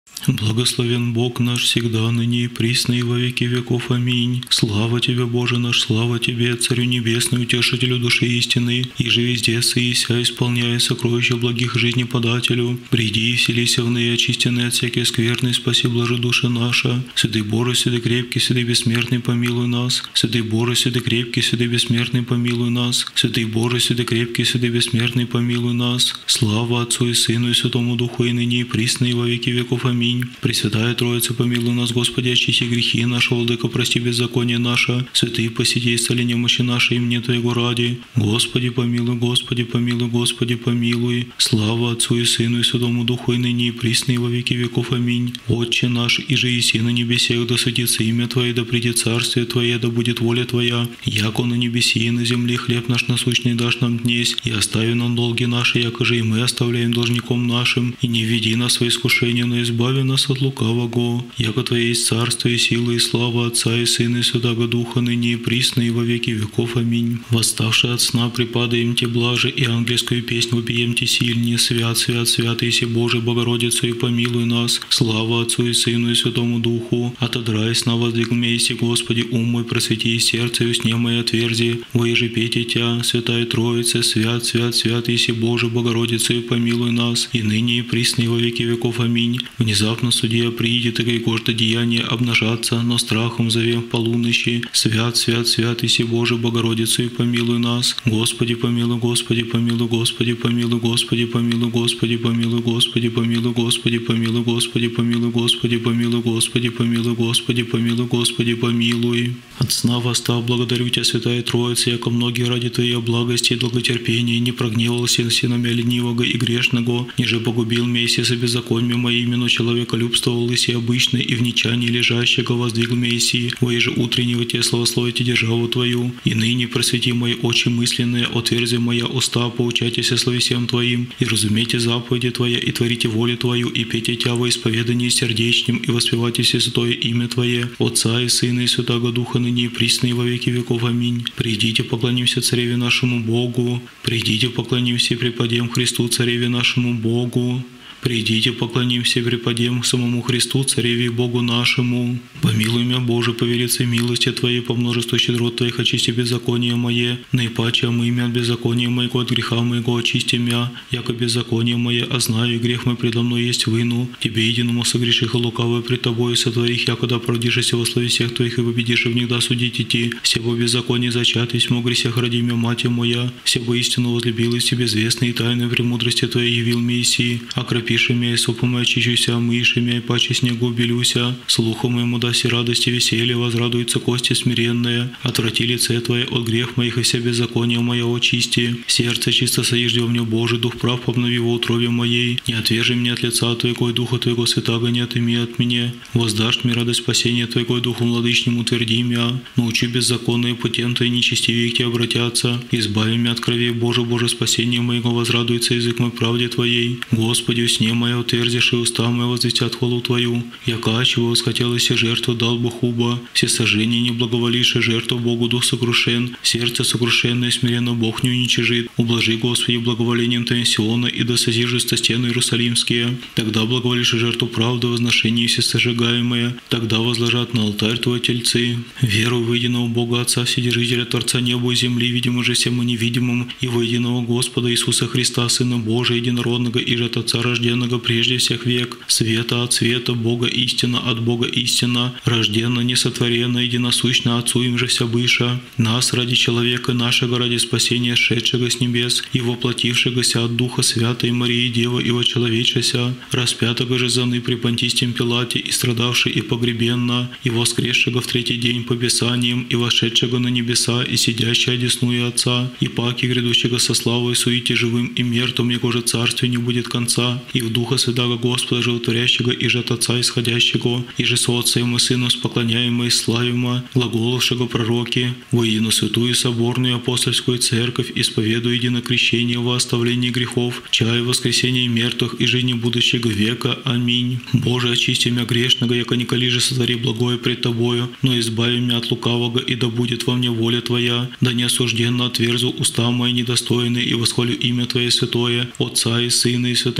Благословен Бог наш всегда, ныне и присно, и во веки веков. Аминь. Слава Тебе, Боже наш, слава Тебе, Царю Небесный, Утешителю души истины, и же везде сыися, исполняя сокровища благих жизни подателю. Приди и вселися в ныне, очистенные от всякой скверны, спаси блажи душа наша. Святый Боже, святый крепкий, святый бессмертный, помилуй нас. Святый Боже, святый крепкий, святый бессмертный, помилуй нас. Святый Боже, святый крепкий, святый бессмертный, помилуй нас. Слава Отцу и Сыну и Святому Духу, и ныне и присно, и во веки веков. Аминь. Пресвятая Троица, помилуй нас, Господи, очисти грехи наши, Владыка, прости беззаконие наше, святые посети исцели немощи наши, имени Твоего ради. Господи, помилуй, Господи, помилуй, Господи, помилуй. Слава Отцу и Сыну и Святому Духу, и ныне и присно, и во веки веков. Аминь. Отче наш, иже еси на небесех, да светится имя Твое, да придет царствие Твое, да будет воля Твоя, яко на небеси и на земле хлеб наш насущный дашь нам днесь, и остави нам долги наши, яко же и мы оставляем должником нашим, и не введи нас во искушение, но избави нас от лукавого, яко Твое есть царство и сила и слава Отца и Сына и Святаго Духа, ныне и присно, и во веки веков. Аминь. Восставши от сна, препадаем Те блаже, и ангельскую песнь вопием Те сильнее. Свят, свят, свят, Иси Божий, Богородицу, и помилуй нас. Слава Отцу и Сыну и Святому Духу. Отодрай сна воздвигме, Иси Господи, ум мой просвети, и сердце, и усне мое отверзи. Воеже пейте Тя, Святая Троица, свят, свят, свят, Иси Божий, Богородицу, и помилуй нас. И ныне и присно, и во веки веков. Аминь. Внезапно судья приидет, и грехожда деяния обнажаться, но страхом зовем в полуночи. Свят, свят, свят, Иси Божий, Богородицу, и помилуй нас. Господи, помилуй, Господи, помилуй, Господи, помилуй, Господи, помилуй, Господи, помилуй, Господи, помилуй, Господи, помилуй, Господи, помилуй, Господи, помилуй, Господи, помилуй, Господи, помилуй, Господи, помилуй. От сна восстав, благодарю Тебя, Святая Троица, яко многие ради Твоей благости и долготерпения не прогневался синами ленивого и грешного, ниже погубил месяц за беззаконие моими, но человеколюбствовал Иси обычный, и в нечании лежащего воздвигл Мессии, воеже утреннего Те славословите державу Твою, и ныне просвети мои очи мысленные, отверзи моя уста, поучайтесь словесем Твоим, и разумейте заповеди Твоя, и творите волю Твою, и пейте Тя во исповедании сердечным, и воспевайте святое имя Твое, Отца и Сына и Святаго Духа, ныне и присно, и во веки веков. Аминь. Придите, поклонимся Цареве нашему Богу, придите, поклонимся и преподем Христу, Цареве нашему Богу. Придите, поклонимся и преподем самому Христу, Цареве и Богу нашему. Помилуй меня, Боже, по велице милости Твоей, по множеству щедрот Твоих, очисти беззаконие мое, наипаче омый меня от беззакония моего, от греха моего очисти меня, яко беззаконие мое, а знаю, и грех мой предо мной есть вину. Тебе единому согреших и лукавое пред Тобою сотворих, якогда продишься во славе всех Твоих, и победишь, и в них да судить идти. Себо беззаконие зачат, весь мог грехах ради меня, мать моя, себо истину возлюбилась Тебе, известной и тайной премудрости Твоей явил Мессии, окропи пишемя, и сопом очищуся, мышемя, и паче снегу белюся, слухом моему даси радости веселье, возрадуются кости смиренные, отврати лице Твое от грех моих и все беззакония мое очисти, сердце чисто соежди во мне, Божий, дух прав обнови во утробе моей, не отвержи меня от лица Твоего и духа Твоего святаго не отыми от меня, воздашь мне радость спасения Твоего и духом владычним утверди меня, научи беззаконные путем Твои нечестивее к Тебе обратятся, избави меня от крови, Боже, Боже, спасение моего, возрадуется язык мой правде Твоей, Господи, в сне моя утвердишь, и уста мои возвестят хвалу Твою, яка чего восхотелось и жертву дал Бог уба, все сожжения не благоволивши жертву Богу дух сокрушен, сердце сокрушенное и смиренно Бог не уничижит, ублажи, Господи, благоволением Твоим Сиона, и да созиждутся стены Иерусалимские, тогда благоволишь жертву правды, возношение все сожигаемое, тогда возложат на алтарь Твой тельцы, веру в единого Бога Отца, Вседержителя, Творца неба и земли, видимо же всем и невидимым, и во единого Господа Иисуса Христа, Сына Божия, единородного, и же от Отца рожденного прежде всех век, света от света, Бога истина от Бога истина, рожденно, несотворенно, единосущно Отцу им же вся быша, нас ради человека нашего, ради спасения шедшего с небес, и воплотившегося от Духа Святой Марии Дева, и вочеловечася, распятого же заны при Понтистем Пилате, и страдавший и погребенно, и воскресшего в третий день по Писаниям, и вошедшего на небеса, и сидящего одесную Отца, и паки грядущего со славой суете живым и мертвым, его же царствие не будет конца, и в Духа Святаго Господа животворящего, и же от Отца исходящего, и же со Отцем и Сыном споклоняемо и славимо, глаголовшего пророки, воедино святую соборную апостольскую церковь, исповедуя единокрещение во оставлении грехов, чая воскресения мертвых и жизни будущего века. Аминь. Боже, очисти меня грешного, яко николи же сотвори благое пред Тобою, но избави меня от лукавого, и да будет во мне воля Твоя, да не осужденно отверзу уста мои недостойные, и восхвалю имя Твое святое, Отца и Сына и Святаго Духа,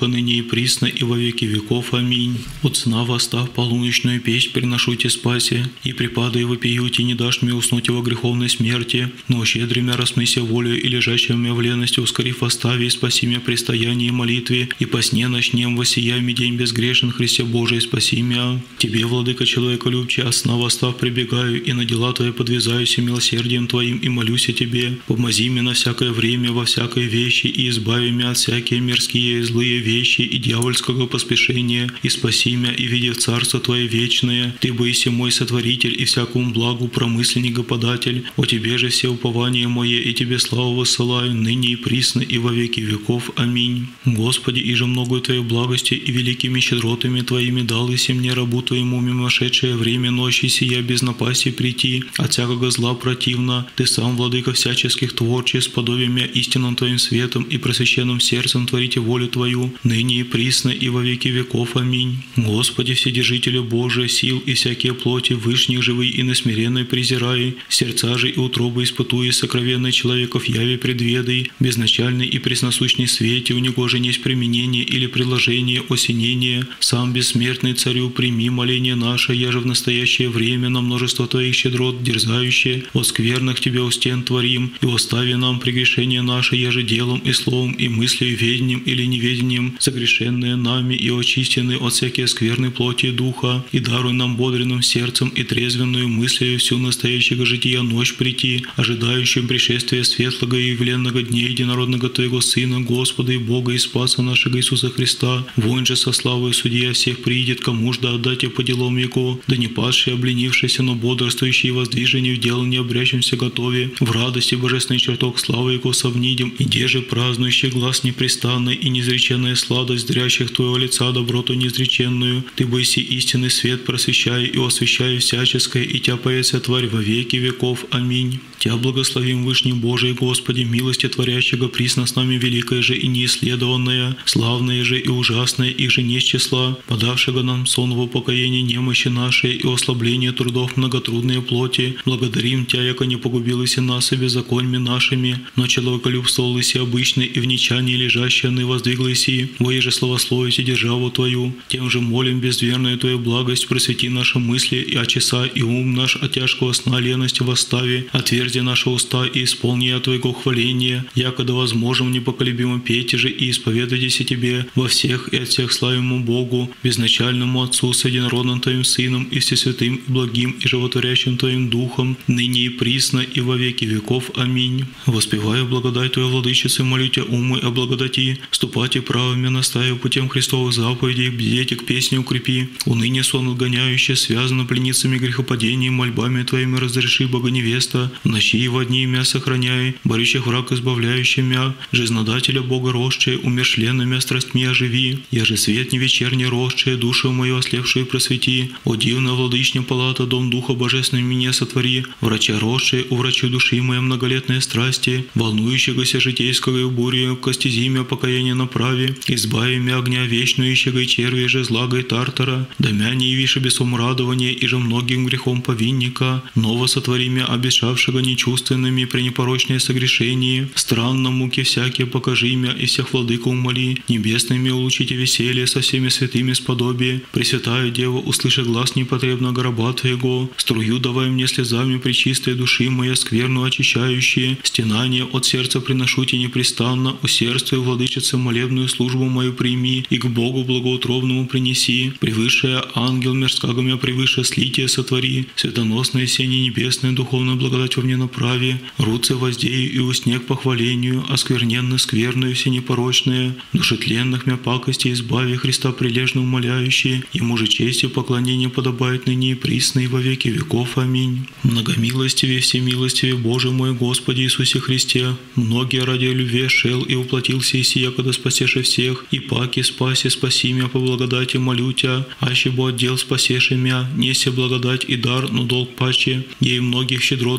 Духа, ныне и присно, и во веки веков. Аминь. От сна восстав полуночную песнь приношу Те спаси, и припадая вопию Ти, не дашь мне уснуть во греховной смерти, но щедрый мя рассмыся волю и лежащего мя в лености, ускорив восставе, и спаси мя при стоянии и молитве, и по сне ночнем воссияй ми день безгрешен, Христе Божий, спаси мя. Тебе, владыка человеколюбче, от сна восстав прибегаю, и на дела Твои подвязаюсь милосердием Твоим, и молюсь о Тебе. Помози мне на всякое время, во всякой вещи, и избави меня от всякие мирские и злые вещи, и дьявольского поспешения, и спаси меня, и види в Царство Твое вечное. Ты бойся мой сотворитель, и всякому благу промысленник и податель. О Тебе же все упование мое, и Тебе славу высылаю, ныне и присно, и во веки веков. Аминь. Господи, и же многою Твоей благости и великими щедротами Твоими дал и мне рабу Твоему мимошедшее время ночи сия без напасти прийти, от всякого зла противно. Ты сам, владыка всяческих творчеств, с подобием истинным Твоим светом и просвященным сердцем творите волю Твою, ныне и присно, и во веки веков. Аминь. Господи, Вседержителю Божия, сил и всякие плоти, вышних живый и насмиренной презирай, сердца же и утробы испытуя, сокровенный человеков яви предведай, безначальный и пресносущный свете, у него же несть применение или приложение, осенение. Сам бессмертный Царю, прими моление наше, я же в настоящее время на множество Твоих щедрот дерзающие, о скверных Тебе у стен творим, и остави нам прегрешение наше, я же делом и словом, и мыслью, ведением или неведением, согрешенные нами и очистенные от всякие скверной плоти и духа, и даруй нам бодренным сердцем и трезвенную мыслью всю настоящего жития ночь прийти, ожидающим пришествия светлого и явленного дня единородного Твоего Сына, Господа и Бога и Спаса нашего Иисуса Христа. Вон же со славой судья всех приидет, кому ж да отдать по делам Его, да не падший, обленившийся, но бодрствующий воздвижение в дело не обрящемся готове, в радости божественный чертог славы Его совнидим, и деже празднующий глаз непрестанный и неизреченная сладость зрящих Твоего лица доброту неизреченную. Ты бойся истинный свет просвещай и освящай всяческое, и Тя поется Тварь во веки веков. Аминь. Тя благословим Вышний Божий, Господи, милости творящего присно с нами великое же и неисследованное, славное же и ужасное, их же не с числа, подавшего нам сон в упокоении немощи нашей и ослабление трудов многотрудные плоти. Благодарим Тя, яко не погубилась и нас и беззаконьми нашими, но человеколюбствовал и обычный, и в нечании лежащий ны воздвиглась и, воеже славословите державу Твою. Тем же молим безверную Твою благость, просвети наши мысли и очеса и ум наш от тяжкого сна лености восстави, отверзи наши уста и исполни от Твоего хваления, якогда возможем непоколебимо пейте же и исповедайтесь Тебе во всех и от всех славимому Богу, безначальному Отцу с единородным Твоим Сыном и всесвятым и благим и животворящим Твоим Духом, ныне и присно, и во веки веков. Аминь. Воспеваю благодать Твою, Владычице, молю Тя умы о благодати, ступайте правыми, наставив путем Христовых заповедей, бдейте к песне укрепи, уныние сон отгоняющее, связано пленницами грехопадений, мольбами Твоими разреши, Бога невеста, в ночи и во дни мя сохраняй, борющих враг избавляющий мя, жизнодателя Бога росче, умершленными страстьми оживи, я же свет не вечерний росче, душу мою ослепшую просвети, о дивная владычня палата, дом Духа Божественный меня сотвори, врача росче, уврачу души моей многолетные страсти, волнующегося житейского бурю, костези мя покаяние направи, избави мя огня вечнующего и черви же злага и тартара, да мя не явишь бесом радования и же многим грехом повинника, ново сотвори мя обещавшего нечувственными при непорочное согрешении, странно муки всякие покажи мя и всех владыка умоли, небесными улучите веселье со всеми святыми сподобие, Пресвятая Дева, услыши глаз непотребного раба Твоего, струю давай мне слезами пречистой души моя скверну очищающие, стенание от сердца приношу Те непрестанно, усердствуй, владычице, молебную службу мою прими и к Богу благоутробному принеси, превыше ангел мирского мя превыше слитие сотвори, светоносное сение небесное духовную благодать во мне направи, руце воздею и усне к похвалению, оскверненно скверную все непорочные, душетленных мя пакости избави, Христа прилежно умоляющие, Ему же честь и поклонение подобает ныне и присно и во веки веков. Аминь. Многомилостивее, всемилостивее Боже мой, Господи Иисусе Христе, многие ради любви шел и уплатился иси, якогда спасеше всех, и паки спаси, спаси мя по благодати молю Тя, аще бы отдел спасеше мя, неся благодать и дар, но долг паче, ей многих щедротах и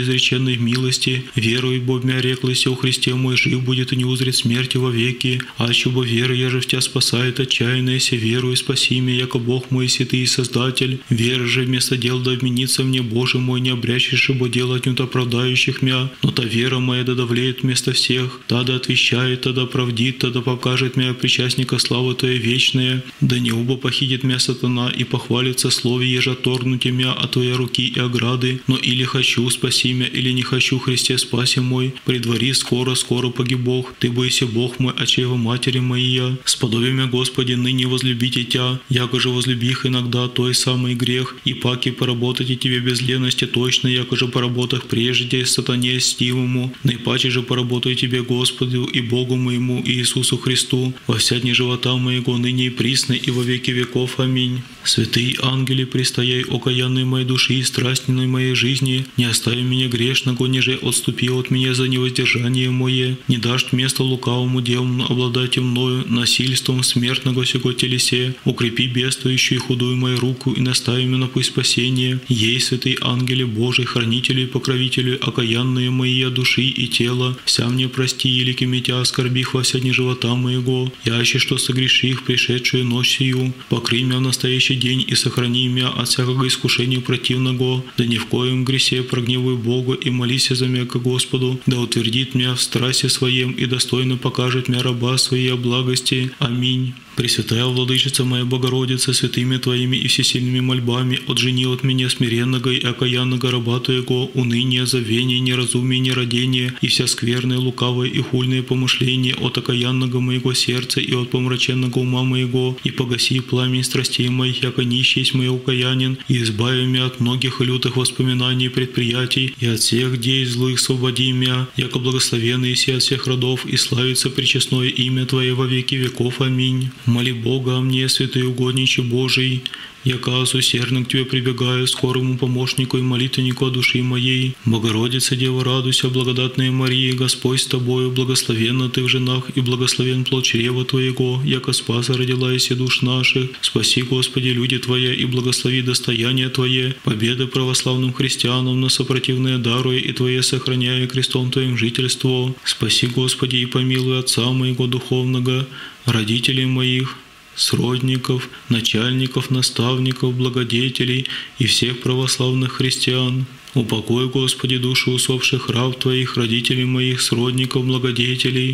изреченной в милости, верую, бо мя реклася о Христе мой, жив будет и не узрит смерти вовеки, аще бо веры, я же в Тя спасает отчаянно, се верую, спаси меня, яко Бог мой, си Ты и Создатель, вера же вместо дел да вменится мне, Боже мой, не обрящешь, бо дело отнюдь оправдающих мя, но та вера моя да давлеет вместо всех, та да отвещает, та да правдит, та да покажет меня причастника славы Твоей вечная, да не оба похитит меня сатана и похвалится слове, еже отторгнуте меня от Твоей руки и ограды, но или хочу, спаси меня, или не хочу, Христе, спаси мой, предвари скоро, скоро погиб Бог, Ты бойся Бог мой, от чрева матери моей, сподоби меня, Господи, ныне возлюбите Тя, яко же возлюбих иногда той самый грех, и паки поработать и Тебе без лености точно, яко же поработах прежде сатане стивому, наипаче же поработаю Тебе, Господу и Богу моему и Иисусу Христу, во вся дни живота моего, ныне и присно, и во веки веков. Аминь. Святые ангели, пристояй окаянной моей души и страстной моей жизни, не остави меня грешного, ниже отступи от меня за невоздержание мое, не дашь место лукавому демону обладать мною, насильством смертного сего телесе, укрепи бедствующую и худую мою руку и настави меня на путь спасения. Ей, святые ангели Божий, хранители и покровители, окаянные мои души и тела, вся мне прости, еликими Тя оскорбих во все дни живота моего, яще что согреших пришедшую ночь сию, покрый меня в настоящий день и сохрани меня от всякого искушения противного, да ни в коем гресе прогневай Бога и молися за меня ко Господу, да утвердит меня в страсти своем и достойно покажет меня раба своей благости. Аминь. Пресвятая Владычица моя Богородица, святыми Твоими и всесильными мольбами, отжени от меня смиренного и окаянного раба Твоего, уныние, забвение, неразумие, нерадение и вся скверное, лукавое и хульное помышление от окаянного моего сердца и от помраченного ума моего, и погаси пламень страстей моих, яко нищий есть мой укаянин, и избави меня от многих лютых воспоминаний и предприятий, и от всех дей злых свободи меня, яко благословенный си от всех родов, и славится пречестное имя Твое во веки веков. Аминь. Моли Бога о мне, святый угодниче Божий, яко усердно к Тебе прибегаю, скорому помощнику и молитвеннику о души моей. Богородица, Дева, радуйся, благодатная Мария, Господь с Тобою, благословенна Ты в женах, и благословен плод чрева Твоего, яко спаса родила иси душ наших. Спаси, Господи, люди Твоя, и благослови достояние Твое, победы православным христианам, на сопротивное даруя, и Твое сохраняя крестом Твоим жительство. Спаси, Господи, и помилуй отца моего духовного, родителей моих, сродников, начальников, наставников, благодетелей и всех православных христиан. Упокой, Господи, души усопших раб Твоих, родителей моих, сродников, благодетелей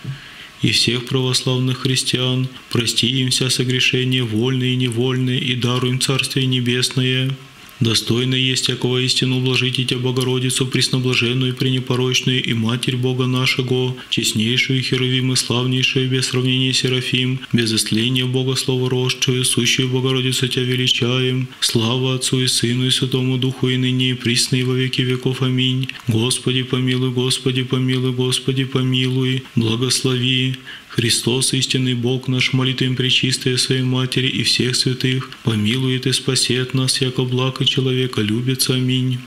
и всех православных христиан. Прости им вся согрешения, вольные и невольные, и даруй им Царствие Небесное. Достойно есть якого истину ублажите Тя, Богородицу, пресноблаженную, пренепорочную и Матерь Бога нашего, честнейшую Херувим и славнейшую, без сравнения Серафим, без истления Бога словорожчую, сущую Богородицу Тя величаем. Слава Отцу и Сыну и Святому Духу, и ныне и присно и во веки веков. Аминь. Господи помилуй, Господи помилуй, Господи помилуй, благослови. Христос, истинный Бог наш, молитвами пречистая Своей Матери и всех святых, помилует и спасет нас, яко благ и человека любится. Аминь.